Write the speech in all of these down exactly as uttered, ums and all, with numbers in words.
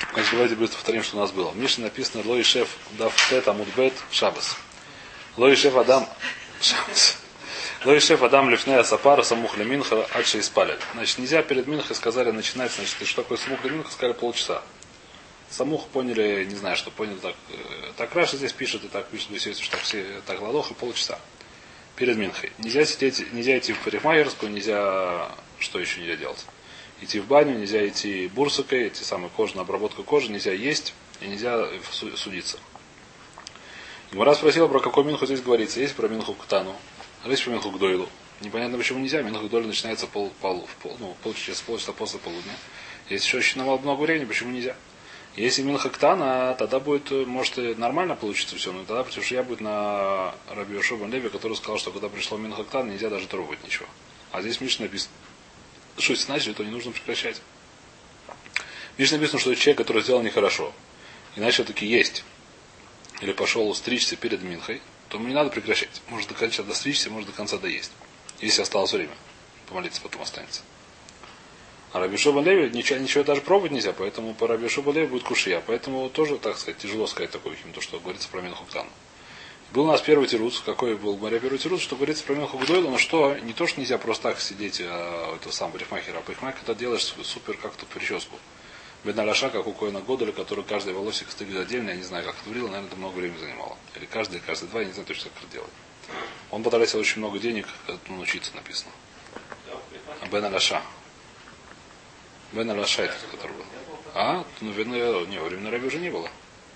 Значит, давайте быстро повторим, что у нас было. В Мишне написано Лой шеф дав тет амудбет шабас. Лой шеф адам шабас. Лой шеф адам лифнея сапара самух леминха адши испалят. Значит, нельзя перед минхой сказали начинать, значит, что такое самух леминха, сказали полчаса. Самух поняли, не знаю, что поняли так. Так Раша здесь пишет, и так пишет, что так все так ладох и полчаса. Перед минхой. Нельзя сидеть, нельзя идти в парикмахерскую, нельзя, что еще нельзя делать? Идти в баню, нельзя идти бурсукой, эти самые кожи, на обработку кожи, нельзя есть и нельзя судиться. Гмара спросила, про какой минху здесь говорится. Есть про минху к тану, а есть про минху к дойлу. Непонятно, почему нельзя. Минху к дойлу начинается пол, пол, пол, ну, полчаса, полчаса после полудня. Если еще очень много времени, почему нельзя? Если минха к тана, тогда будет, может, и нормально получится все, но тогда, потому что я будет на Раби Йошуа бен Леви, который сказал, что когда пришло минха к тану, нельзя даже трогать ничего. А здесь в Мишне написано, что если начали, то не нужно прекращать. В Мишне написано, что человек, который сделал нехорошо, и начал таки есть, или пошел стричься перед минхой, то ему не надо прекращать. Может до конца достричься, может до конца доесть. Если осталось время. Помолиться потом останется. А Раби Йошуа бен Леви ничего, ничего даже пробовать нельзя, поэтому по Раби Йошуа бен Леви будет кушия. Поэтому тоже, так сказать, тяжело сказать такое, то, что говорится про минху к тану. Был у нас первый тирус, какой был в море первый тирус, что говорится про минху к дойлу, но что, не то, что нельзя просто так сидеть, а, это сам парикмахер, а парикмахер это делаешь супер как-то прическу. Бедна Лаша, как у Коэна Годеля, который каждый волосик стык отдельно, я не знаю, как это врило, наверное, это много времени занимало. Или каждый, каждый два, я не знаю точно, как это делать. Он потратил очень много денег, этому научиться написано. Бен Лаша. Бен Лаша это который был. А? Ну, видно, не, во времена Раби уже не было.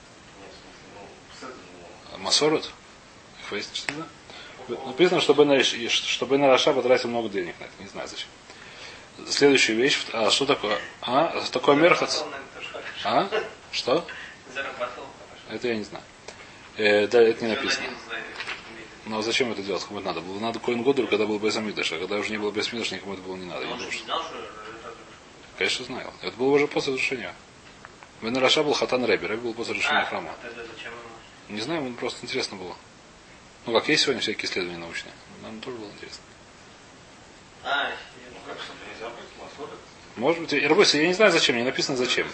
Масорот? Написано, что Бен Лаша потратил много денег на это. Не знаю зачем. Следующая вещь. А что такое? А? Такой мерхац? А? Что? Это я не знаю. Э, да, это не написано. Но зачем это делать? Кому это надо? Было надо Коэн Годелю, когда был Бейс Амикдаш, а когда уже не было Бейс Амикдаш, никому это было не надо. Конечно, знал. Это было уже после разрушения. Бен Лаша был хатан Рэби. Рэби был после разрушения храма. Не знаю, ему просто интересно было. Ну, как есть сегодня всякие исследования научные. Нам тоже было интересно. А, может быть, и работа, я не знаю зачем, не написано зачем.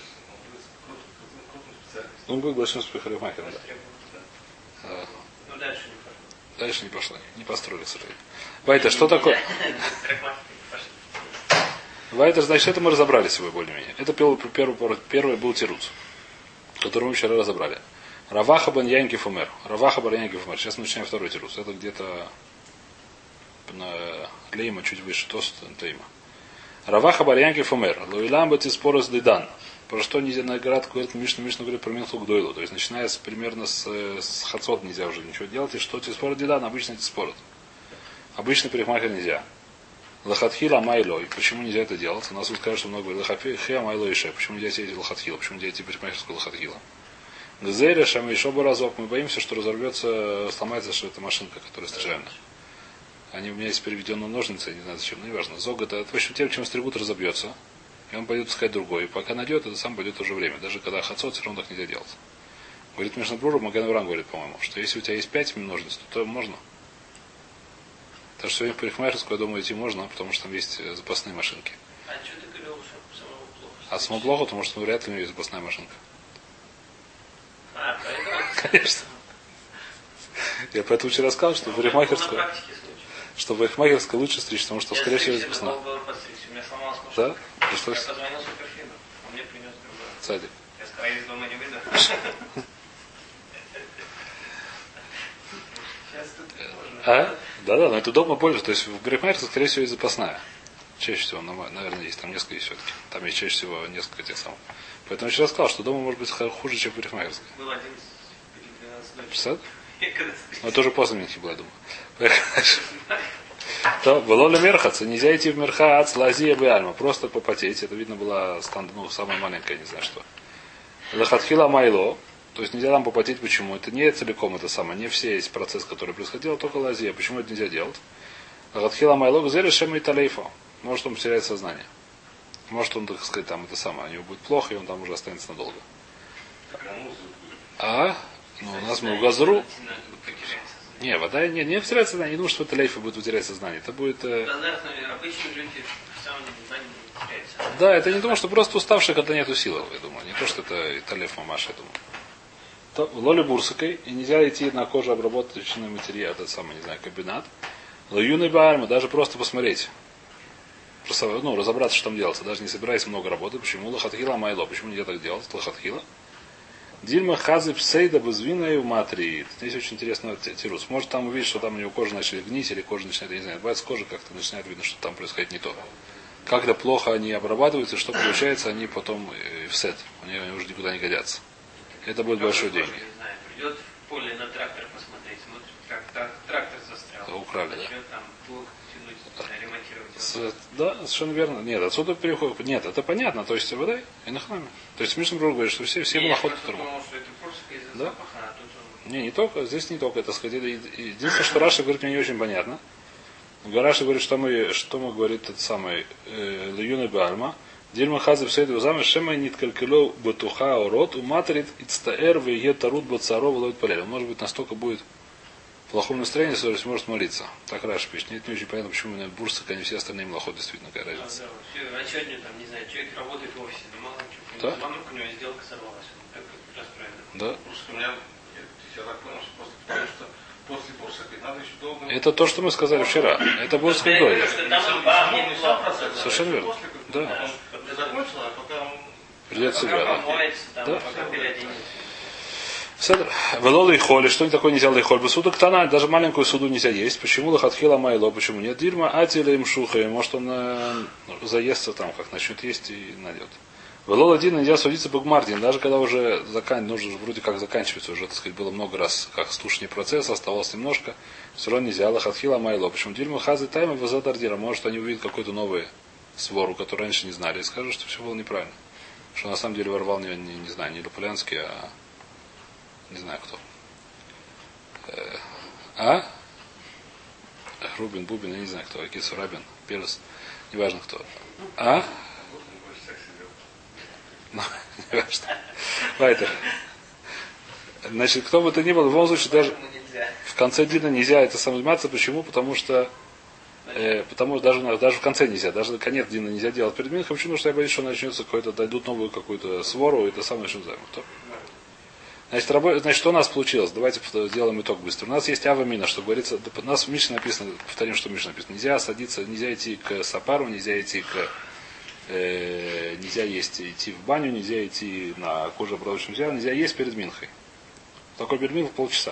Он был большинство парикмахера, да. А, ну, дальше не пошло. Дальше не пошло, не построили, к сожалению. Вайта, что такое? Вайта, значит, это мы разобрали сегодня более-менее. Это первый, первый, первый был тирус, который мы вчера разобрали. Раваха бен Янкив умер. Раваха бен Янкив умер. Сейчас мы начинаем второй тирус. Это где-то на Лейма чуть выше. Тост Тейма. Раваха бен Янкив умер. Луилам бет испорос дидан. Про что нельзя на град говорит Мишна, Мишна говорит про минху к дойлу. То есть начиная с, примерно с, с хацот нельзя уже ничего делать. И что тиспорот дидан, обычно тиспорот. Обычно парикмахер нельзя. Лахатхила майлой. Почему нельзя это делать? У нас тут скажут, что много говорит лахатхила майлой ше. Почему нельзя сидеть лахатхила? Почему нельзя идти парикмахерскую лахатхила? Гзеля, шам еще бы разок. Мы боимся, что разорвется, сломается, что это машинка, которая стиральная. Они у меня есть переведенные ножницы, не знаю зачем, но не важно. Зог это, это в общем, тем, чем стригут, разобьется. И он пойдет искать другой. И пока найдет, это сам пойдет уже время. Даже когда хацот, все равно так нельзя делать. Говорит Мишнабрура, Маген Уран говорит, по-моему, что если у тебя есть пять ножниц, то, то можно. Так что сегодня в парикмахерскую, я думаю, идти можно, потому что там есть запасные машинки. А что ты говорил, что самого плохо? А самого плохо, потому что ну, вряд ли у него есть запасная машинка. А, поэтому? Конечно. Я поэтому вчера сказал, что парикмахерская, что парикмахерская лучше стричь, потому что, скорее всего, запасная. У меня сломалась машина. Да? Я позвонил суперфину, он мне принес другое. Садик. Я сказал, я из дома не выйду. А? Да-да, но это дома больше. То есть в парикмахерской, скорее всего, есть запасная. Чаще всего, наверное, есть. Там несколько есть все-таки. Там есть чаще всего несколько тех самых. Поэтому я вчера сказал, что дома может быть хуже, чем парикмахерская. Был одиннадцать двенадцать Представляете? Но тоже после Минхи была, я думаю. То, было ли мерхац? Нельзя идти в мерхац, лазия бы альма. Просто попотеть. Это, видно, была станд, ну, самая маленькая, не знаю что. Лахатхила майло. То есть нельзя там попотеть. Почему? Это не целиком это самое. Не все есть процесс, который происходил, только лазия. Почему это нельзя делать? Лахатхила майло гзели шема и талейфа. Может, он потеряет сознание. Может, он, так сказать, там это самое. У него будет плохо, и он там уже останется надолго. А? Ну, у нас мы в Газру. Не, вода не, не потеряет сознание. Не думаю, что это лейфа будет утерять сознание. Это будет. Э... Стандартно обычные люди в самом Да, это не то, что просто уставший, когда нету силы, я думаю. Не то, что это Италев Мамаш, я думаю. То, в лоле бурсакой, и нельзя идти на кожу обработать точный материал, этот самый, не знаю, комбинат. Лоюный баарма, даже просто посмотреть. Просто, ну, разобраться, что там делается. Даже не собираясь много работать. Почему? Лохатхила майло. Почему нельзя так делать? Лохатхила. Дильма хазы псейда базвина и в матри. Здесь очень интересный тирус. Может там увидеть, что там у него кожа начали гнить, или кожа начинает, я не знаю, бывает с кожи как-то начинает видно, что там происходит не то. Когда плохо они обрабатываются, что получается, они потом в сет. Они, они уже никуда не годятся. Это будет большой деньги. Не знаю, придет в поле на трактор посмотреть, смотрит, как трак- трактор застрял. Да, украли, начнет да. там плуг тянуть, ремонтировать. С, да, совершенно верно. Нет, отсюда переходит. Нет, это понятно. То есть вода и на храме. То есть Мишна Брух говорит, что все, все малоход в турбу. Потому что это просто из-за Да? запаха, а тут он... Не, не только, здесь не только это сказать. Единственное, что Раша говорит, мне не очень понятно. Раша говорит, что мы, что мы говорит тот самый Льюна Бальма. Дильма хазы в сейду заме шема нит калькило батуха орот у матрит ицтаэр веге тарут бацаров ловит полей. Он может быть настолько будет в плохом настроении, что сможет молиться. Так Раша пишет. Нет, не очень понятно, почему именно бурсы, а не все остальные малоход, действительно, какая разница. Да, да. А сегодня там, не знаю, человек работает в офисе, но мало ничего. Да? Мама у него сделка сорвалась. Он так расстроен. Да. Просто у меня, я, я так понял, что просто потому что после бурсаки надо еще долго... Это то, что мы сказали вчера. Это будет Я скандаль. говорю, что там пахнет плохо. Совершенно верно. Да. Он закончил, а пока он... Придется Пока себя. помоется, там, Да. пока переоденется. Седр. Велола и холи. Что не такое нельзя лейхоль? Судок тана, даже маленькую суду нельзя есть. Почему лохатхила майло? Почему нет? Дирма атила им шуха. Может он э, заестся там, как начнет есть и найдет. Велола один нельзя судиться богмардин. Даже когда уже закан, нужно вроде как заканчивается, уже, так сказать, было много раз как слушание процесса, оставалось немножко. Все равно нельзя. Лохатхила майло. Почему? Дирма хазы тайма вазадардира. Может они увидят какую-то новую свору, которую раньше не знали, и скажут, что все было неправильно. Что на самом деле ворвал не, не, не знаю, не Лопулянский, а не знаю кто. Э, а? Рубин, Бубин, я не знаю кто. Акису Рабин, Перес. Неважно кто. А? Ну, не важно. Вайтер. Значит, кто бы то ни был, в любом случае, даже в конце дня нельзя это самозаниматься. Почему? Потому что э, потому что даже, даже в конце нельзя, даже конец дня нельзя делать перед Минхом. Почему? Потому что я боюсь, что начнется какой-то, дойдут новую какую-то свору, и это самое начнут займут. Значит, рабо... Значит, что у нас получилось? Давайте сделаем итог быстро. У нас есть авамина, что говорится, у нас в Мишне написано, повторим, что в Мишне написано. Нельзя садиться, нельзя идти к сапару, нельзя идти к э, нельзя есть идти в баню, нельзя идти на кожеобработочную материал, нельзя есть перед Минхой. Такой перед Минхой полчаса.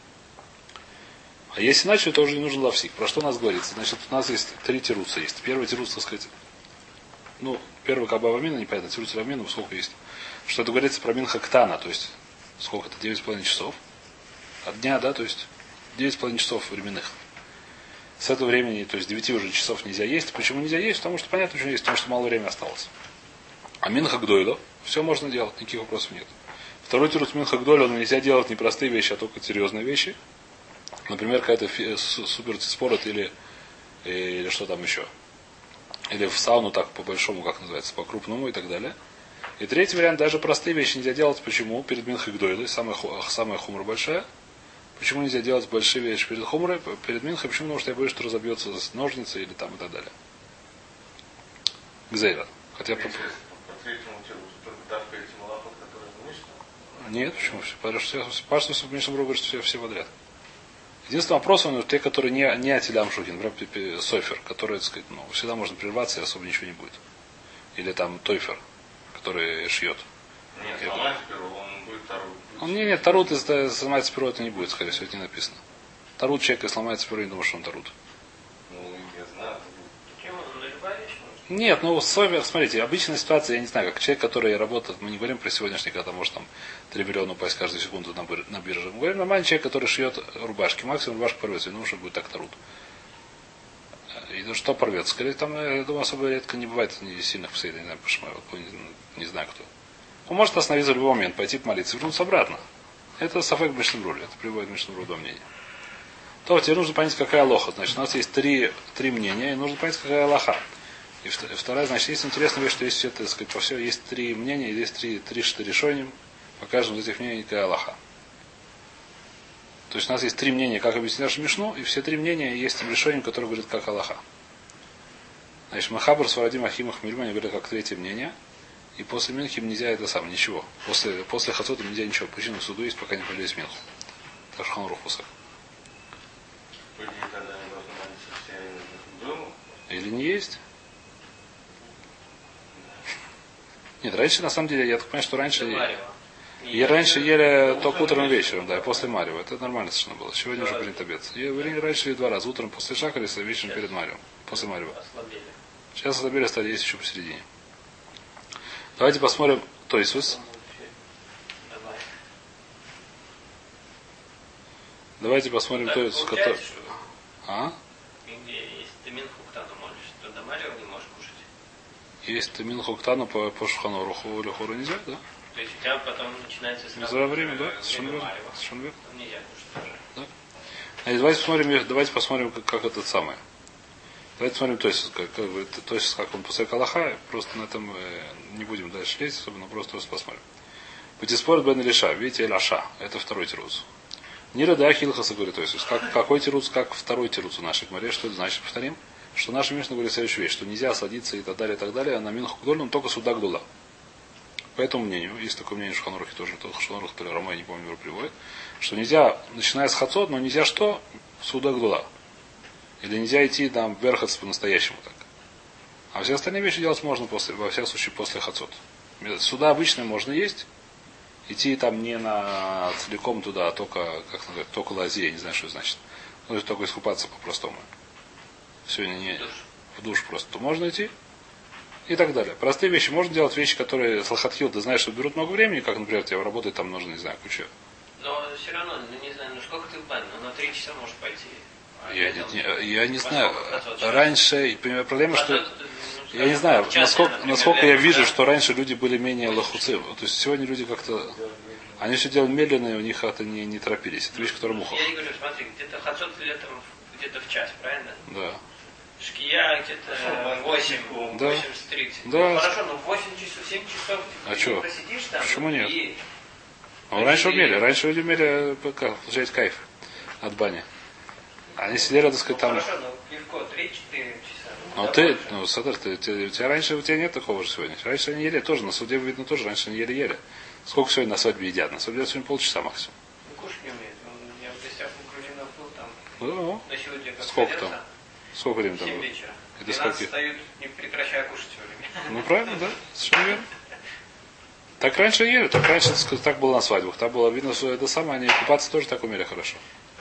А если иначе, то уже не нужен лавсик. Про что у нас говорится? Значит, у нас есть три тируса есть. Первый тирус, так сказать, ну, первый каба авамина, непонятно, тирус авамина, сколько есть. Что это говорится про Минха Ктана, то есть сколько это? девять с половиной часов. От дня, да, то есть девять с половиной часов временных. С этого времени, то есть девяти уже часов нельзя есть. Почему нельзя есть? Потому что понятно, что есть, потому что мало времени осталось. А Минха Гдойло, все можно делать, никаких вопросов нет. Второй тирус Минха Гдойло, но нельзя делать не простые вещи, а только серьезные вещи. Например, какая-то супер спорт или, или что там еще. Или в сауну так по-большому, как называется, по-крупному и так далее. И третий вариант, даже простые вещи нельзя делать. Почему? Перед Минхой Гдойлой, самая, самая хумра большая. Почему нельзя делать большие вещи перед хумрой, перед Минхой? Почему? Потому что я боюсь, что разобьется ножницы или там и так далее. Гзейра. Хотя по... Нет, почему? Потому что в Мишнабру говорит, что все, все подряд. Единственный вопрос, он те, которые не, не Атилям Шухин, например, Сойфер, который, так сказать, ну, всегда можно прерваться и особо ничего не будет. Или там Тойфер, который шьет. Нет, сломается перо, он будет тарут. Он, не, нет, тарут, если сломается перо, это не будет, скорее всего, это не написано. Тарут человек, если сломается перо, я не думаю, что он тарут. Ну, я знаю. Чем он? Ну, любая вещь может. Нет, ну, Сойфер, смотрите, обычная ситуация, я не знаю, как человек, который работает, мы не говорим про сегодняшний, когда может там три миллиона упасть каждую секунду на, бир, на бирже. Мы говорим нормальный человек, который шьет рубашки. Максимум рубашка порвется, я думаю, что будет так тарут. И ну, что порвется? Скорее, там, я думаю, особо редко не бывает ни сильных псей, не знаю, почему, не, не знаю кто. Он может остановиться в любой момент, пойти помолиться, вернуться обратно. Это сафек Мишнабрули, это приводит Мишнабру до мнения. То теперь нужно понять, какая лоха. Значит, у нас есть три, три мнения, и нужно понять, какая лоха. И вторая, значит, есть интересная вещь, что есть это, так сказать, по всему есть три мнения, есть три, три решения, по каждому из этих мнений какая лоха. То есть у нас есть три мнения, как объяснить нашу Мишну, и все три мнения есть решением, которое говорит как Аллаха. Значит, Махабр с Варадим Ахим Ахмильма, они говорят, как третье мнение. И после Минхи нельзя это самое, ничего. После, после Хацота нельзя ничего. Причина в суду есть, пока не появились Минху. Так что Ханрух пусак. Или не есть? Нет, раньше, на самом деле, я так понимаю, что раньше... И раньше ели только утром и вечером, да, и после Марева. Это нормально совершенно было. Сегодня уже принят обед. Ели раньше ели два раза. Утром после Шахариса, вечером перед Маревом. После Марева. Сейчас ослабели, стали есть еще посередине. Давайте посмотрим Тойсус. Давайте посмотрим Тойсус, который... А? Есть Тамин Хуктану по, по Шуханоруху или Хору нельзя, да? То есть у тебя потом начинается сразу... За время, да? Совершенно верно. Совершенно верно. Нельзя кушать тоже. Да? А давайте посмотрим, давайте посмотрим, как, как этот самый. Давайте посмотрим, то есть, как, как, то есть, как он после Калаха, просто на этом э, не будем дальше лезть, особенно просто посмотрим. Путиспорт бен Илиша, видите, Элаша, это второй тируц. Нира да Хилхаса говорит, то есть, как, какой тируц, как второй тируц у нашей Гмаре, что это значит, повторим? Что наша Мишна говорит следующую вещь, что нельзя садиться и так далее, и так далее, а на Минху Гдоль, он только суда Гдула. По этому мнению, есть такое мнение Шуханрухи тоже, то Шуханрух, то ли Рамай, не помню, его приводит, что нельзя, начиная с Хацот, но нельзя что? Суда Гдула. Или нельзя идти там вверх по-настоящему так. А все остальные вещи делать можно после, во всяком случае после Хацот. Суда обычные можно есть, идти там не на целиком туда, а только, как называют, только лази, я не знаю, что это значит. Ну, только искупаться по-простому. Сегодня не в душ просто. То можно идти и так далее. Простые вещи. Можно делать вещи, которые с лохатхил, ты знаешь, что берут много времени, как, например, тебе работать там нужно, не знаю, куча. Но все равно, ну не знаю, ну сколько ты в бане, ну на три часа можешь пойти. А я, не, не, я не знаю. Раньше, проблема, что... Я не знаю, насколько, насколько я вижу, что раньше люди были менее лохуцы. То есть сегодня люди как-то... Они все делают медленно, и у них это не, не торопились. Это вещь, которая муха. Я не говорю, смотри, где-то хацот летом где-то в час, правильно? Да. Шкия где-то восемь, да. восемь тридцать. Да. Ну, хорошо, ну восемь часов, семь часов а ты что? просидишь там. Почему нет? И... Ну, раньше умели. Раньше люди умели получать кайф от бани. Они сидели, так сказать, там... Ну, хорошо, но пивко три-четыре часа. Ну, да, ты, больше. ну, Садар, ты, ты, у тебя раньше, у тебя нет такого же сегодня. Раньше они ели тоже, на суде видно тоже, раньше они ели-ели. Сколько сегодня на свадьбе едят? На свадьбе сегодня полчаса максимум. Ну, кушать не умеет. Он, я в гостях у грузинов был там. Ну, На сегодня как сколько садятся, там? Сколько времени там семь было? вечера. Это двенадцать сколько? встают, не прекращая кушать все время. Ну, правильно, да? Совершенно верно. Так раньше ели, так раньше, так сказать, так было на свадьбах. Так было видно, что это самое, они купаться тоже так умели хорошо.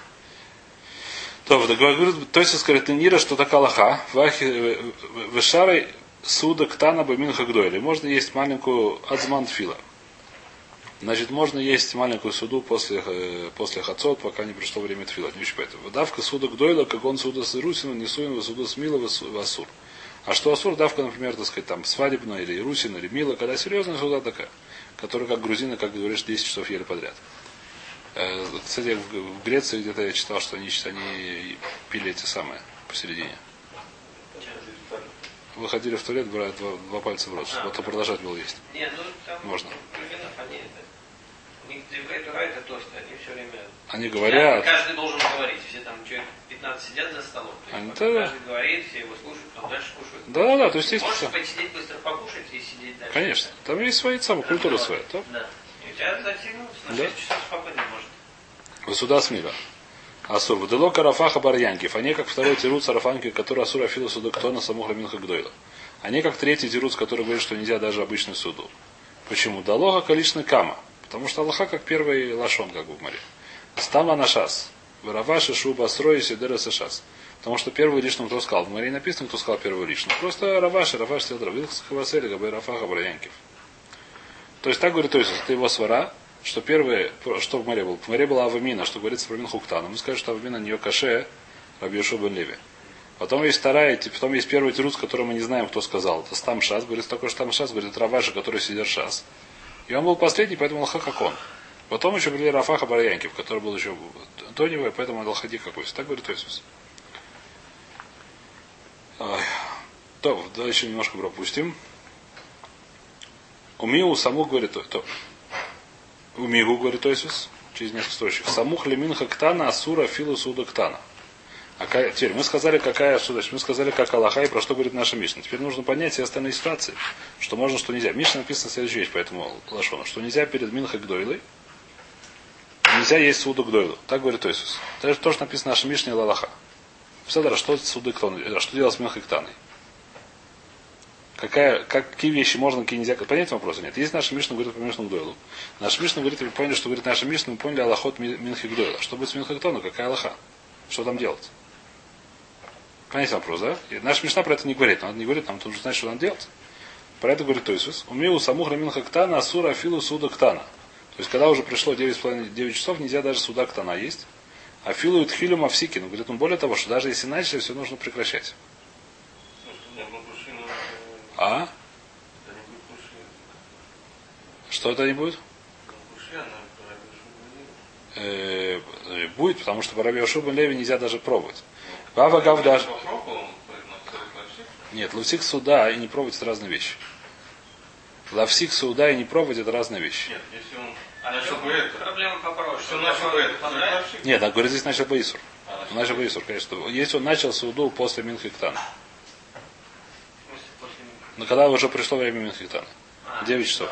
То, то есть, говорит, Нира, что такая лоха, вешарой суда ктана баминха гдойли. Можно есть маленькую адзман тфила. Значит, можно есть маленькую суду после, после хацот, пока не пришло время тфила. Не поэтому. Давка суда гдойла, как он суда с Ирусина, несуин, суда с Мила, васур. А что асур, давка, например, так сказать, там свадебная, или Ирусина, или Мила, когда серьезная суда такая, которая, как грузины, как говоришь, десять часов ели подряд. Кстати, в Греции где-то я читал, что они, они пили эти самые посередине. Выходили в туалет, брали два, два пальца в рот. А, вот продолжать было есть. Не, ну там можно. Грузинов, они это. У них это тост, они все время. Они говорят. Каждый должен говорить. Все там человек пятнадцать сидят за столом. Они, каждый да, говорит, все его слушают, потом дальше кушают. Да, да, да. То есть есть. Можешь посидеть быстро покушать и сидеть дальше. Конечно. Там есть свои самые культура своя. Да? Да. И у тебя затянулось на шесть да? часов спокойно может. Суда с мира. Асур. Вдело карафаха барьянкив. Они как второй тирут сарафанки, который асур афила суда ктона самух ламинха гдойла. Они как третий тирут, который говорит, что нельзя даже обычную суду. Почему? Далоха количественная кама. Потому что Аллаха как первый лашон, как бы в море. Стама на шас. Вараваши шуба строй сидера сашас. Потому что первый лишний кто сказал. В море написано, кто сказал первый лишний. Просто Раваши, Раваши Седра. Вилхас Хавасели, Габай Рафаха Барьянкив. То есть так говорит, то есть это его свара, что первое, что в море было. В море была Авамина, что говорится про Минхуктана. Мы скажем, что Авамина не Каше, Рабьешо бен Леви. Потом есть вторая, потом есть первый тирус, который мы не знаем, кто сказал. Это Стам Шас, говорит, такой Стам Шас, говорит, Раваши, который сидит Шас. И он был последний, поэтому Аллаха как он. Потом еще были Рафаха Барьянкив, который был еще Антониевый, поэтому Аллахади какой-то. Так говорит Иисус. То, дальше немножко пропустим. Умиу саму говорит, то, Умигу говорит Иисус, через несколько строчек. Самух леминха ктана асура филу суда ктана. А ка- теперь мы сказали, какая, что значит, мы сказали, как Аллаха и про что говорит наша Мишна. Теперь нужно понять все остальные ситуации, что можно, что нельзя. В Мишне написано следующая вещь, поэтому Лашону, что нельзя перед Минхой Гдойлой, нельзя есть суду Гдойлу. Так говорит Иисус. Это то, что написано в нашей Мишне Аллаха. Все, что суды Ктону, что делать с Минхой Ктаной? Какая, какие вещи можно, какие нельзя. Понять вопроса нет. Если наша Мишна говорит про Мишну Гдойлу. Наша Мишна говорит, вы поняли, что говорит наша Мишна, мы поняли Аллахот Минхи Гдойла. Что будет с Минхой Ктону? Какая Аллаха? Что там делать? Понимаете вопрос, да? И наша Мишна про это не говорит. Надо не говорить, нам нужно знать, что надо делать. Про это говорит Иисус. Умею самух Минха Ктана, асура афилу суда Ктана. То есть, когда уже пришло девять с половиной девять часов, нельзя даже суда Ктана есть. Афилу и тхилю мавсики. Но говорит он более того, что даже если начали, все нужно прекращать. А? Что это не будет? Э, будет, потому что по Раби Йошуа бен Леви нельзя даже пробовать. Вава Гавдаш. Нет, лавсик суда и не пробовать это разные вещи. Лавсик суда и не пробовать это разные вещи. Нет, если он А начал в бы чем это, проблема попроще? что начал бы это, Нет, так говорит, здесь начал Баисур. А, начал Начал Баисур, конечно. Если он начал суду после Минхиктана. Но когда уже пришло время Минхиктана. девять часов.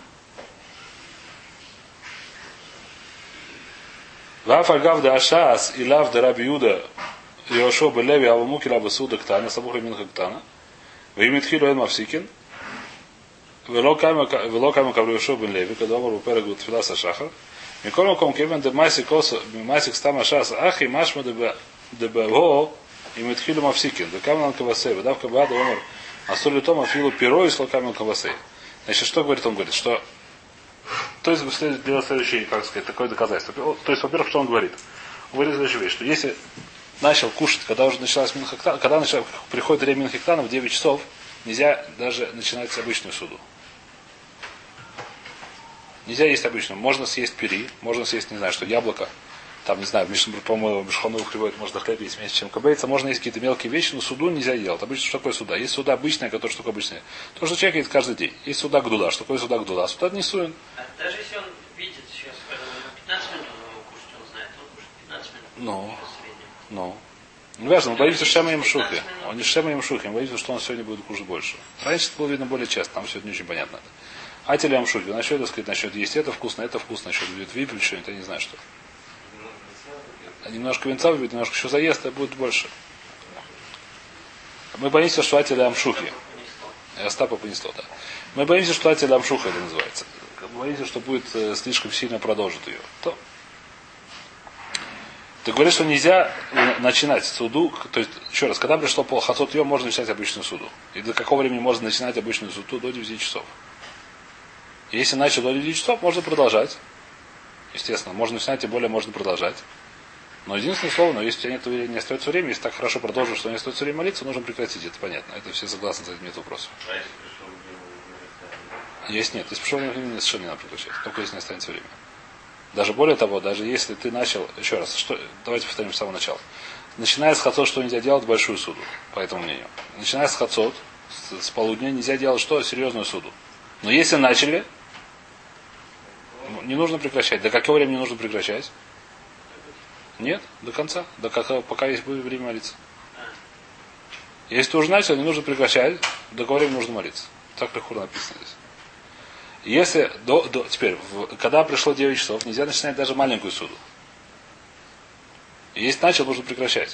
Вафальгав да Ашас и Лав да Раби Юда Йошуа бен Леви Авамуки Лаба Суда Ктана, Сабуха Минхиктана. Вимитхилу Эн Мавсикин. Вело кайма кавлю Йошуа бен Леви, когда омар уперегу Тфиласа Шахар. Микола ком кевен де масик коса, масик стама шас ахи машма де бего и митхилу Мавсикин. Да камнан кавасей, выдавка бада омар. А соли тома филу перо и слокамил кавасей. Значит, что говорит он? Говорит, что то есть делать следующее, как сказать, такое доказательство. То есть, во-первых, что он говорит? Он говорит следующую вещь, что если начал кушать, когда уже началась Минхиктана, когда начал, приходит время Минхиктана в девять часов, нельзя даже начинать с обычную суду. Нельзя есть обычную. Можно съесть пери, можно съесть, не знаю, что яблоко. Там, не знаю, по-моему, Мишхану приводит, можно хлеб есть меньше, чем кабейца. Можно есть какие-то мелкие вещи, но суду нельзя делать. Обычно что такое суда? Есть суда обычная, которая что такое обычная. То, что человек едит каждый день. Есть суда гдула. Что такое суда гдула? Суда не суин. А даже если он видит сейчас, когда он пятнадцать минут он его кушать, он знает, он кушает пятнадцать минут. Ну. в среднем. Ну. Не важно, мы боимся Шема им Шухи. Он не Шема им Шухи, мы боимся, что он сегодня будет кушать больше. Раньше это было видно более часто, там сегодня не очень понятно. А телям Шухи, насчет, так сказать, насчет есть это вкусно, это вкусно, насчет будет выпить что-нибудь, я не знаю что. А немножко венца выпить, немножко еще заест, а будет больше. Мы боимся, что Ателя Амшухи. Остапа понесло, да. Мы боимся, что Ателя Амшуха это называется. Мы боимся, что будет э, слишком сильно продолжит ее. То. Ты говоришь, что нельзя начинать суду, то есть, еще раз, когда пришло полхацот ее, можно начинать обычную суду. И до какого времени можно начинать обычную суду? До девяти часов. Если начал до девяти часов, можно продолжать. Естественно, можно начинать, тем более можно продолжать. Но единственное слово, но если у тебя нет времени, не остается время, если так хорошо продолжишь, что не остается время молиться, нужно прекратить, это понятно. Это все согласны с этим, нет вопросов. А если пришел в Есть нет. Если пришел времени, совершенно не надо прекращать. Только если не останется время. Даже более того, даже если ты начал, еще раз, что, давайте повторим с самого начала. Начиная с хацот, что нельзя делать, большую суду, по этому мнению. Начиная с хацот, с, с полудня, нельзя делать что? Серьезную суду. Но если начали, не нужно прекращать. До какого времени нужно прекращать? Нет, до конца. До как, пока есть будет время молиться. Если ты уже начал, не нужно прекращать. До какого времени нужно молиться? Так легко написано здесь. Если до, до, теперь, в, когда пришло девять часов, нельзя начинать даже маленькую суду. И если начал, нужно прекращать.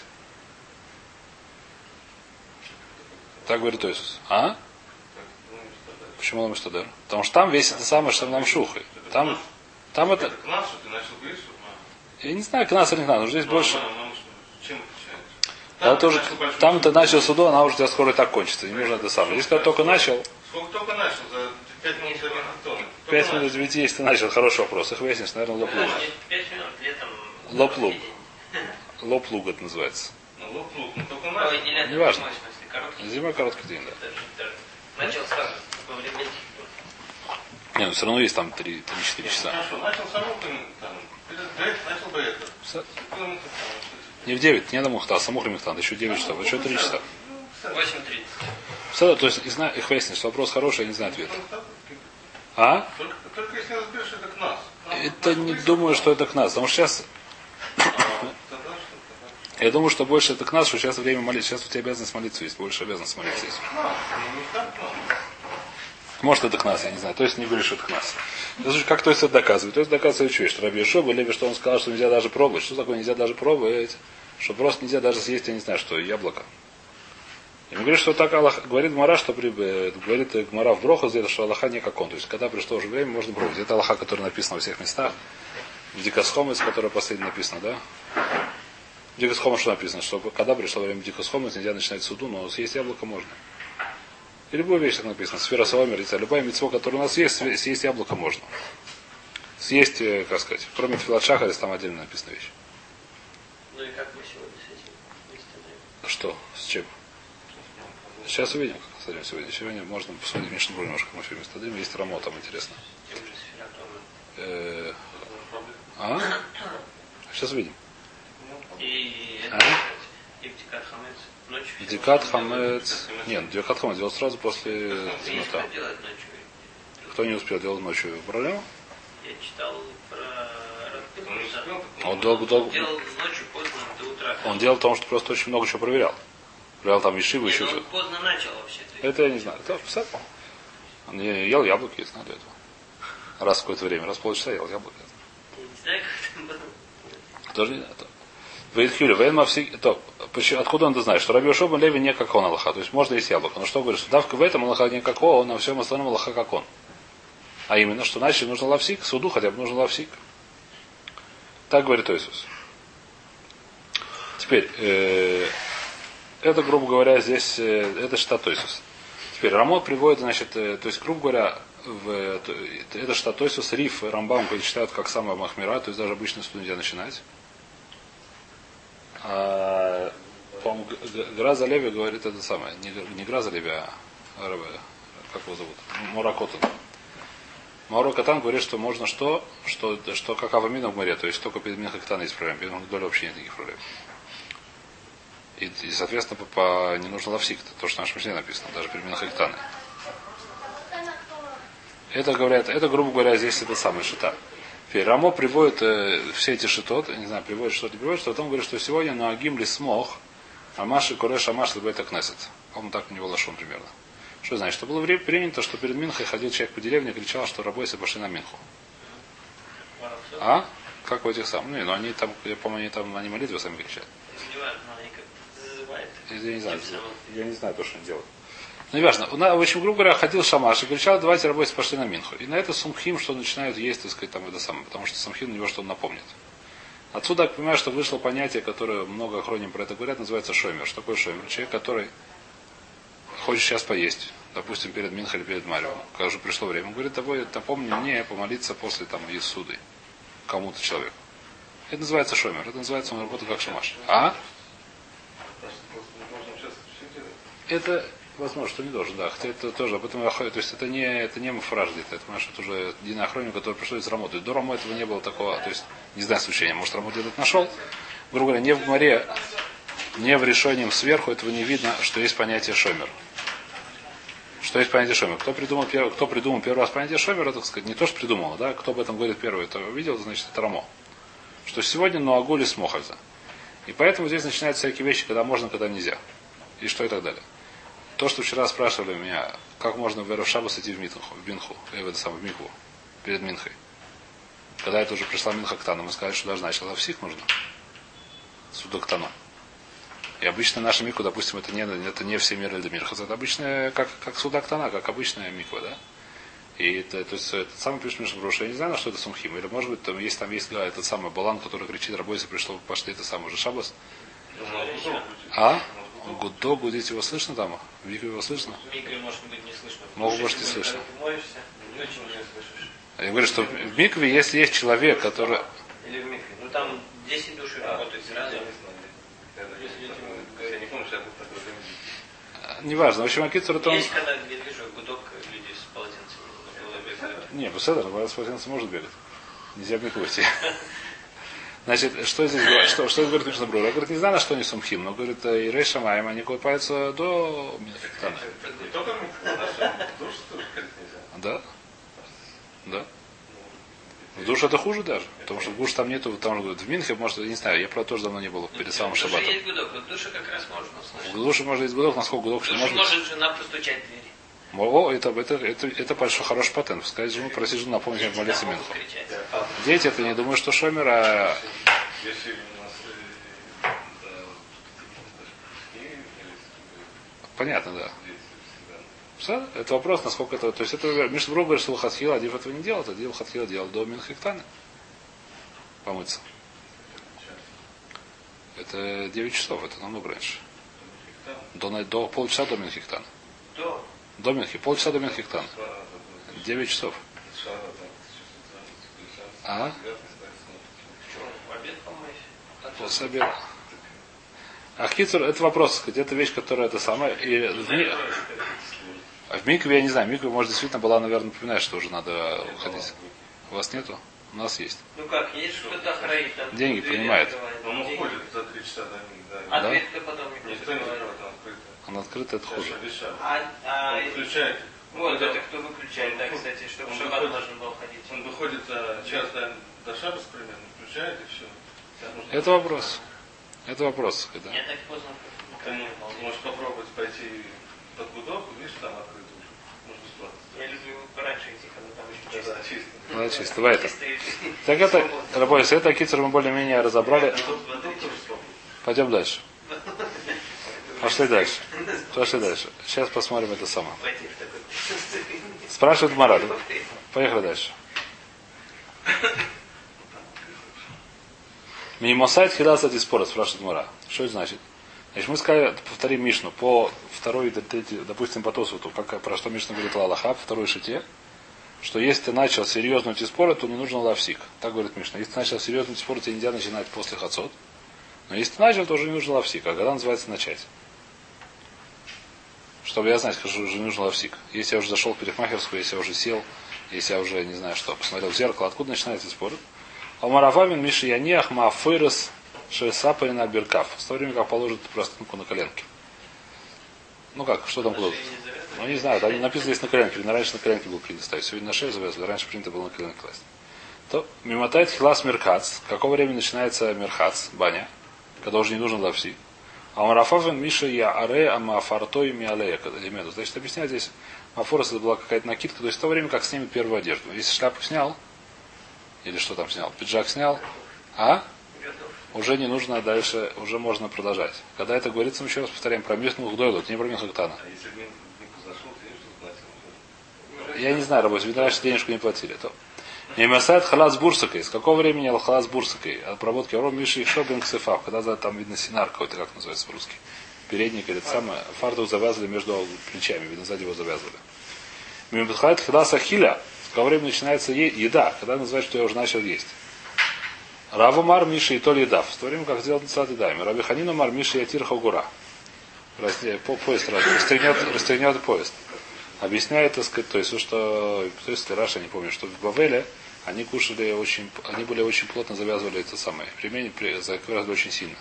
Так говорит Иисус. А? Почему нам что-то? Потому что там весь это самое, что нам шухой. Там, там это. к нас, что ты начал говорить, что Я не знаю, к нас или не надо, но здесь больше. чем отличается? Да, тоже, там ты начал суду, она уже у тебя скоро и так кончится. Не нужно это самое. Если ты только начал. Сколько только начал? За пять минут до Минхиктана. Пять минут до девяти, если ты начал, хороший вопрос. Их выяснишь, наверное, лоплуг. пять минут летом. Лоплуг. Лоплуг это называется. Ну, лук-лук, ну только Ой, начал. не летом, Неважно. зимой, в смысле, короткий. Зимой короткий день, да. Даже- даже Начал сразу, во время этих. Не, ну все равно есть там три-четыре часа. Хорошо, начал с Амухами, там, до этого начал бы это. С- Ну, Минхиктан. Не в девять, не на Мухта, а самух Мухтан, еще девять часов, еще три часа. восемь тридцать. Все, то есть, и знаю, их выяснишь, вопрос хороший, я не знаю ответа. А? Только, только если разберешь, это к нас. К нам- Это не думаю, что это к нас, потому что сейчас, А, тогда что, тогда Я думаю, что больше это к нас, что сейчас время молиться. Сейчас у тебя обязанность молиться есть. Больше обязанность молиться есть. Может, это к нас, я не знаю. То есть не говоришь, что это к нас. Как то есть это доказывает? То есть доказывает что? Что Раби Йошуа Леви, что он сказал, что нельзя даже пробовать. Что такое нельзя даже пробовать? Что просто нельзя даже съесть, я не знаю, что, яблоко. И мы говорим, что так Аллах, говорит Гмара, что при, говорит Гмара в Броху, что Аллаха не как он. То есть, когда пришло уже время, можно пробовать. Это Аллаха, который написан во всех местах. В Дикасхомец, которое последнее написано, да? В Дикасхомец что написано? Что когда пришло время Дикасхомец, нельзя начинать суду, но съесть яблоко можно. И любую вещь так написано. Сфера Саломер, любая митцва, которая у нас есть, съесть яблоко можно. Съесть, как сказать, кроме Тфилат Шахарис, там отдельно написана вещь. Ну и как мы сегодня с этим вместе? Что? С чем? Сейчас увидим, как садим сегодня. Сегодня можно посмотреть Мишну немножко, мы все вместо дым. Есть рамо, там интересно. Э, А? Сейчас увидим. И А? и Бдикат Хамец ночью. Дикат Хамец. Нет, Дикат Хамец делал сразу после темнота. Кто не успел делать ночью? Проблема? Я читал про Рабдуса. Он долго, долго. Он делал ночью поздно до утра. Он делал в том, что просто очень много чего проверял. Проверял там Ешиву, еще Нет, что. он поздно начал вообще. Это я не знаю. Это писать. Он не ел яблоки, я знаю до этого. Раз в какое-то время, раз в полчаса ел яблоки. Я не знаю, как это было. Тоже не знаю. Вейдхюля, Вейнма все. То, откуда он это знает? Что Раби Йошуа бен Леви не как он Аллаха. То есть можно есть яблоко. Но что говорит, что давка в этом Аллаха не как он, а на всем остальном Аллаха как он. А именно, что значит нужно лавсик, суду хотя бы нужен лавсик. Так говорит Иисус. Теперь, э, это, грубо говоря, здесь, э, это штат Иисус. Теперь Рамот приводит, значит, э, то есть, грубо говоря, в, э, это штат Иисус, Риф, Рамбам считают как самая махмира, то есть даже обычно суду нельзя начинать. А, по-моему, Граза Леви говорит это самое. Не, не Граза Леви, а Рабе, как его зовут? Муракотан. Мауро Катан говорит, что можно что, что, что как Авамина в море, то есть только перед Минхактаном есть проблем, перед Магдолем вообще нет никаких проблем. И, и соответственно, по, по, не нужно лавсик, то, что в нашем Мишне написано, даже перед Минхактаном. Это говорят, это, грубо говоря, здесь это самое шита. Рамо приводит э, все эти шитот, не знаю, приводит что-то, приводит, что потом говорит, что сегодня на Агим ли смог, Амаши Кореш Амаш Лебета Кнесет. По-моему, так у него лошон примерно. Что значит? Что было принято, что перед Минхой ходил человек по деревне и кричал, что рабойся пошли на Минху. А? Как у этих самых? Ну, но они там, я помню, они там, они молитвы сами кричат. Я не знаю, я не знаю то, что они делают. Ну, неважно. В общем, грубо говоря, ходил Шамаш и кричал, давайте рабойся пошли на Минху. И на это сумхим, что начинают есть, так сказать, там это самое, потому что сумхим на него что-то напомнит. Отсюда я понимаю, что вышло понятие, которое много охроним про это говорят, называется шоймер. Что такое шоймер? Человек, который хочет сейчас поесть, допустим, перед Минхой или перед Марио, когда уже пришло время, он говорит, давай, напомни мне помолиться после там Иисуды кому-то человеку. Это называется шомер, это называется он работает как шамаш. А? Это возможно, что не должен, да. Хотя это тоже, об этом то есть это не, это не мафраж где-то, это, понимаешь, это уже единоохронник, который пришло из Рамо. То есть до Рамо этого не было такого, то есть не знаю исключения, может Рамо где-то нашел. Грубо говоря, не в море, не в решении сверху этого не видно, что есть понятие шомер. Что есть понятие шомер. Кто придумал, первый, кто придумал первый раз понятие шомера, так сказать, не то, что придумал, да, кто об этом говорит первый, это увидел, значит, это Рамо. Что сегодня Нуагули смохальза. И поэтому здесь начинаются всякие вещи, когда можно, когда нельзя. И что и так далее. То, что вчера спрашивали меня, как можно в Эрев Шаббас идти в Минху, в Минху, в это самое, в Миху, перед Минхой. Когда это уже пришла Минха к Тану, мы сказали, что даже начал лавсик нужно. Суда к Тану. И обычно наша миква, допустим, это не, это не все миры для мира. Это обычная, как, как суда к Тана, как обычная миква, да? И это, то есть, этот самый пишет Миша Брош, я не знаю, на что это сумхим. Или может быть, там есть, там есть да, этот самый балан, который кричит, рабойся, пришло, пошли, это самый уже Шаббас. А? Гудо, гудить его слышно там? В микве его слышно? В микве может быть не слышно. Могу, может, не слышно. Ты моешься, очень не слышишь. Я говорю, что в микве, если есть человек, который... Или в микве. Ну там десять душ работают сразу. Неважно. В общем, Акицур это он... Есть когда, где вижу гудок, люди с полотенцем. Не, Беседер, с полотенцем может бегать. Нельзя в микву идти. Значит, что здесь говорит? Что, что говорит Мишна Брура? Говорит, не знаю, на что они сумхим, но говорит, и Рей Шамаем, они купаются до Минхактана. Да? Да. В душ это хуже даже. Потому что в душ там нету, там же в Минхе, может, я не знаю, я правда тоже давно не был перед самым В душе шаббатом. есть гудок, в душе как раз можно слышать. В душе можно есть гудок, насколько гудок, В что душе можно. может жена постучать в двери. О, это, это, это, это большой хороший патент. Сказать жену, просить жену напомнить, как молиться Дети, да, Минху. могут кричать. Дети, это не думаю, что шомер, а Если у нас э, да, и, или, понятно, да. здесь Что? всегда. Это вопрос, насколько это. То есть это Мишна Брух говорит, что Лохатхила, Адив этого не делал, это делал Хатхила делал до Минхиктана. Помыться. Это девять часов, это намного раньше. До, на- до полчаса до Минхиктана. До. До Минхи, полчаса до Минхиктана. Девять часов. А? Что, в обед помыть? После обеда. А хитр, это вопрос, сказать, это вещь, которая это самая. И в, ми- а в Микве, я не знаю, Микве, может, действительно была, наверное, напоминает, что уже надо уходить. У вас нету? У нас есть. Ну как, есть что-то охранить. Там Деньги двери принимает. открывает, Он деньги. уходит за три часа до них, да. А Да? дверь-то потом не Никто не открывает. закрывает, он открыто. Она открыта, это хуже. Решает. А, а, Он включает. вот Когда это кто выключает, да, кстати, чтобы Он шаббат выходит. можно было ходить. Он выходит за час до, до шабас примерно, включает и все. Это вопрос. Это вопрос. Да. Я так поздно Ты никогда не был. можешь попробовать пойти под гудок, видишь, там открыто уже. Можно спрятаться. Я люблю пораньше идти, когда там еще чисто. Да, чисто. Ну, чисто, давай это. Чисто и- Так это, свободно. Рабойс, это кицер мы более-менее разобрали. А тут смотри, что- Пойдем дальше. Пошли дальше. Пошли дальше. Сейчас посмотрим это самое. Пойти в такой присутствии. Спрашивает Марат. Поехали дальше. Мимосайт хиласа диспора, спрашивает Мара. Что это значит? Значит, мы сказали, повторим Мишну по второй, третьей, допустим, по Тосфоту, как про что Мишна говорит Лалаха, второй шите, что если ты начал серьезно идти споры, то не нужно лавсик. Так говорит Мишна. Если ты начал серьезно идти споры, тебе нельзя начинать после хацот. Но если ты начал, то уже не нужно лавсик. А когда называется начать? Чтобы я знать, скажу, уже не нужно лавсик. Если я уже зашел в парикмахерскую, если я уже сел, если я уже, не знаю что, посмотрел в зеркало, откуда начинается спор? Алмарафавин Миши Яниах Мафырос Шесапарин Альберкав. В то время как положит простынку на коленки. Ну как, что там кладут? Ну не знаю, там написано здесь на коленке. Видно, раньше на коленке был принято ставить. Сегодня на шею завязывали, раньше принято было на коленке класть. То мимотает хилас мерхац. Какого времени начинается мерхац, баня, когда уже не нужен лавси? А марафавин Миша я аре амафартой миалея. Значит, объясняет здесь, мафорос это была какая-то накидка, то есть в то время, как снимет первую одежду. Если шляпу снял, или что там снял, пиджак снял, а? Уже не нужно дальше, уже можно продолжать. Когда это говорится, мы еще раз повторяем про Михну Гдойлу, это не про Михну-Ктана. А если Мин не зашел, ты не что заплатил? Я не знаю, работать, видно, раньше денежку не платили. То. Мемасайт халат с бурсакой. С какого времени халат с бурсакой? От проводки Ром Миши и Шобин Ксефав. Когда за- там видно синар какой-то, как называется по-русски. Передник или это самое. Фартук завязывали между плечами, видно, сзади его завязывали. Мемасайт халат сахиля. С какого времени начинается е- еда? Когда называют, что я уже начал есть. Рава Мар Миши и Толь Едав. В то время, как сделал Нацат и Дайми. Раби Ханина Мар Миши и Атир Хаугура. Раз- по- Поезд раз- растряхнет, растряхнет поезд. Объясняет, так сказать, то есть, что, то есть, Раша, не помню, что в Бавеле они кушали очень, они были очень плотно завязывали это самое. Ремень при- завязывали очень сильно.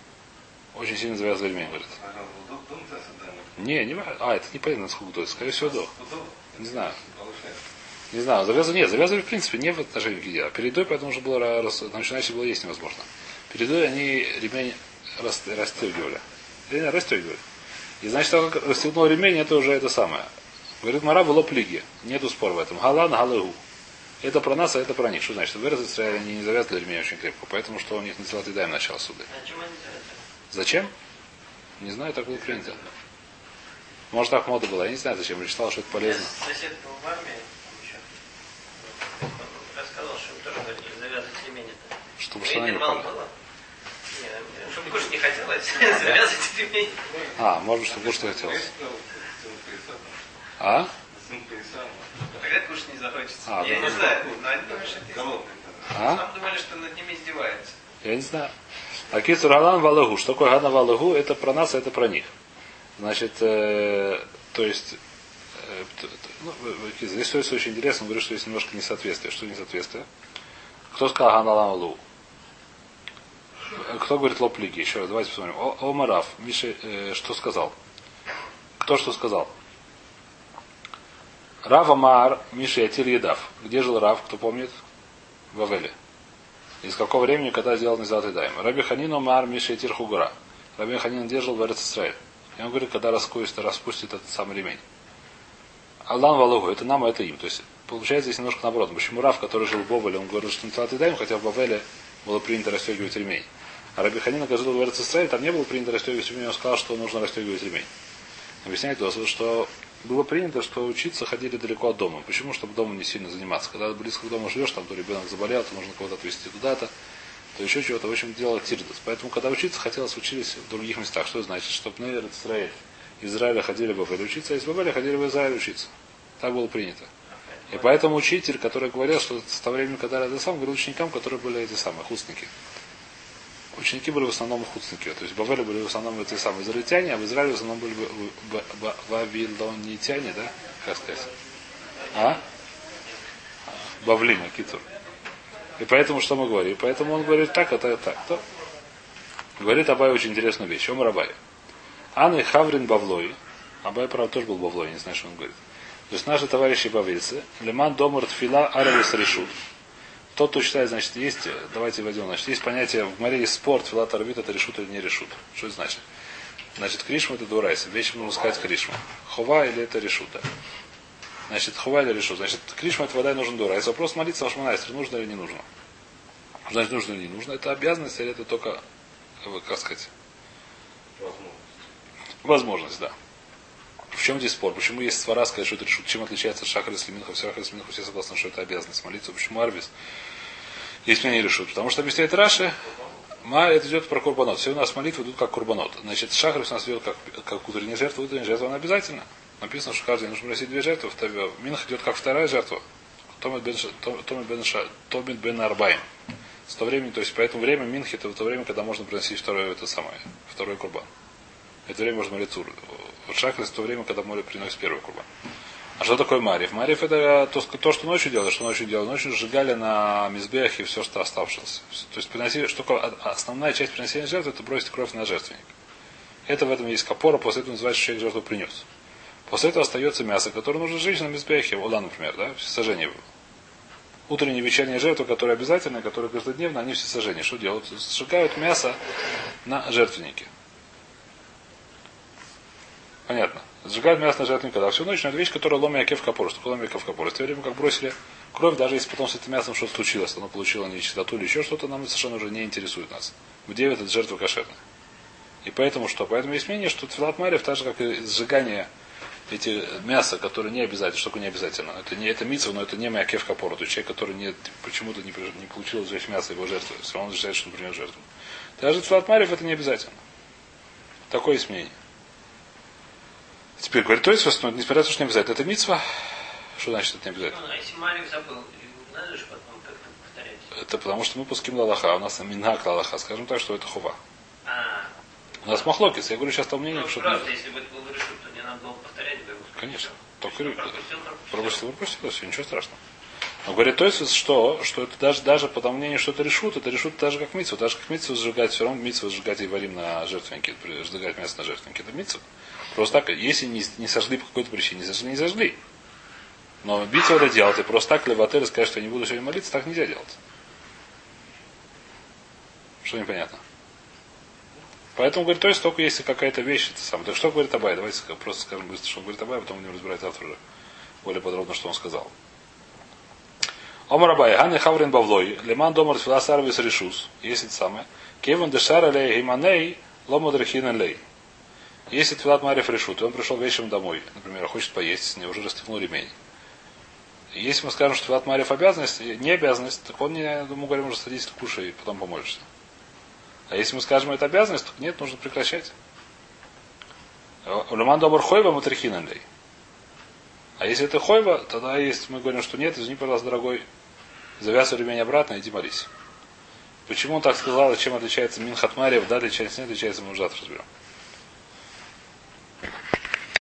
Очень сильно завязывали ремень, говорит. Ага, ну, дом Тесса, да. Не, не важно. А, это не понятно, сколько до. Скорее всего, до. Удобно? Не знаю. Получается. Не знаю, завязывали, нет, завязывали в принципе не в отношении к еде. А перед едой, поэтому уже было, рас- значит, иначе было есть невозможно. Перед едой они ремень рас- расстегивали. Ремень расстегивали. И значит, так как расстегнул ремень, это уже это самое. Говорит, Мара было плиги. Нету спора в этом. Галан, галыгу. Это про нас, а это про них. Что значит? В Израиле они не завязывали ремень очень крепко, поэтому что у них на целый даем начало суды. А чем они завязали? Зачем? Не знаю, так было принято. Может, так мода была. Я не знаю, зачем. Я читал, что это полезно. Сосед был в армии, там еще. Он рассказал, что им тоже говорили завязывать ремень это. Чтобы штаны не Мало упали. было? Не, чтобы кушать не хотелось, завязывать ремень. А, может, чтобы кушать хотелось. Есть, ну, сын пояса, А? сын пояса, Тогда кушать не захочется. А, Я да. не знаю, но они думают, что это... голодный. А? Сам думали, что над ними издеваются. Я не знаю. А кицур галан валагу. Что такое галан валагу? Это про нас, а это про них. Значит, э, то есть, э, т- т- ну, э, здесь все очень интересно. Он говорит, что есть немножко несоответствие. Что несоответствие? Кто сказал галан валагу? Кто говорит лоплики? Еще раз, давайте посмотрим. О, Омараф. Миша, э, что сказал? Кто что сказал? Рав Амар, Миша Ятир Едав. Где жил Рав, кто помнит? в Вавеле. Из какого времени, когда сделан золотой дайм. Раби Ханину Маар Миша и Тирхугура. Раби Ханин держал в Эрец-Исраэль. И он говорит, когда раскует, распустит этот самый ремень. Аллан Валугу, это нам, а это им. То есть, получается здесь немножко наоборот. Почему Рав, который жил в Бовеле, он говорил, что не золотой дайм, хотя в Бавеле было принято расстегивать ремень. А Раби Ханин, когда жил в Эрец-Исраэль, там не было принято расстегивать ремень, он сказал, что нужно расстегивать ремень. Объясняет Тосфот, что было принято, что учиться ходили далеко от дома. Почему? Чтобы дома не сильно заниматься. Когда близко к дому живешь, там то ребенок заболел, то нужно кого-то отвезти туда-то, то еще чего-то. В общем, дело тирдас. Поэтому, когда учиться хотелось, учились в других местах. Что это значит? Чтобы на Израиль, Израиля ходили в Бавель учиться, а из Бавеля ходили в Израиль учиться. Так было принято. И поэтому учитель, который говорил, что с того времени, когда это сам, говорил ученикам, которые были эти самые худсники. Ученики были в основном худсники. То есть в Бавеле были в основном эти самые израильтяне, а в Израиле в основном были вавилонитяне, да? Как сказать? А? Бавлина, Китур. И поэтому что мы говорим? Поэтому он говорит так, это так. То. Говорит Абай очень интересную вещь. Омар Абай. Анны Хаврин Бавлой. Абай, правда, тоже был Бавлой, не знаю, что он говорит. То есть наши товарищи бавильцы. Леман Домар Тфила Аравис Решут. Тот, кто считает, значит, есть, давайте войдем, значит, есть понятие, в море есть спор, Тфила Тарвит, это решут или не решут. Что это значит? Значит, Кришма это дурайса. Вещь нужно сказать Кришма. Хова или это решута. Значит, хова или решут. Значит, Кришма это вода нужен дурайса. Вопрос молиться Ашманайстру, нужно или не нужно. Значит, нужно или не нужно. Это обязанность или это только, как сказать? Возможность. Возможность, да. В чем здесь спор? Почему есть свара, сказать, что это решут? Чем отличается Шахар и Слиминха? Шахар и Слиминха все согласны, что это обязанность молиться. Почему Арвис? Если меня не решут. Потому что объясняет Раши, ма это идет про курбанот. Все у нас молитвы идут как курбанот. Значит, Шахар у нас идет как, как утренняя жертва. Утренняя жертва она обязательно. Написано, что каждый день нужно приносить две жертвы. Минх идет как вторая жертва. Томит бен Арбайн. С то времени, то есть по этому время Минхи это в то время, когда можно приносить второе, это самое, второй курбан. Это время можно молиться. Шахрис в то время, когда море приносит первый курбан. А что такое Марьев? Марьев это то, то, что ночью делали, что ночью делали. Ночью сжигали на мизбеях и все, что оставшееся. То есть приносили, что основная часть принесения жертвы это бросить кровь на жертвенник. Это в этом есть капора, после этого называется, что человек жертву принес. После этого остается мясо, которое нужно сжечь на мизбехе. Ола, например, да, все сожжения. Утренняя и вечерняя жертва, которая обязательная, которая каждодневно, они все сожжения. Что делают? Сжигают мясо на жертвеннике. Понятно. Сжигают мясо на жертвеннике, когда всю ночь, но это вещь, которая ломи якев капор. Что такое ломи якев капор? В то время, как бросили кровь, даже если потом с этим мясом что-то случилось, оно получило нечистоту или еще что-то, нам совершенно уже не интересует нас. В девять это жертва кошерная. И поэтому что? Поэтому есть мнение, что тфилат Марьев, так же, как и сжигание эти мясо, которое не обязательно, что такое не обязательно. Это не это митцва, но это не мякев капор. То есть человек, который не, почему-то не, не получил сжечь мясо его жертвы, все равно считает, что он принес жертву. Даже тфилат Марьев это не обязательно. Такое есть мнение. Теперь говорит, то есть, несмотря на то, что не обязательно, это митцва. Что значит это не обязательно? Ну, а если Марьев забыл, надо же потом как-то повторять. Это потому что мы пуским лалаха, у нас минак лалаха. Скажем так, что это хува. А. У нас махлокис. Я говорю сейчас то мнение, Ну, что правда, если бы это было решено, то не надо было повторять бы его. Конечно. Только пропустил, пропустил, пропустил, все, ничего страшного. Но говорит, то есть, что, что это даже, даже по тому мнению, что это решут, это решут так же, как митцва. Так же, как митцва сжигать, все равно митцва сжигать и варим на жертвеннике, сжигать мясо на жертвеннике. Это митцва. Просто так, если не, не сожгли по какой-то причине, не сожгли, не сожгли. Но митцва это делать, и просто так левотель сказать, что я не буду сегодня молиться, так нельзя делать. Что непонятно? Поэтому, говорит, то есть только если какая-то вещь, это самое. Так что говорит Абай? Давайте просто скажем быстро, что говорит Абай, а потом будем разбирать завтра уже более подробно, что он сказал. Омар Абай, Ганни Хаврин Бавлой, Леман Домар Филасарвис Решус, есть это самое. Кеван Дешара Лей Гиманей, Ломадрахинен Лей. Если Твилат Марьев решут, и он пришел вечером домой, например, хочет поесть, с ней уже расстегнул ремень. Если мы скажем, что Твилат Марьев обязанность, не обязанность, так он не, ему говорим, уже садись, кушай, и потом помолишься. А если мы скажем, это обязанность, то нет, нужно прекращать. Улеман Домар Хойва Матрихинен Лей. А если это Хойва, тогда есть, мы говорим, что нет, извини, пожалуйста, дорогой, завязывай ремень обратно, иди молись. Почему он так сказал, чем отличается Минхат Марьев, да, отличается, не отличается, мы уже завтра разберем.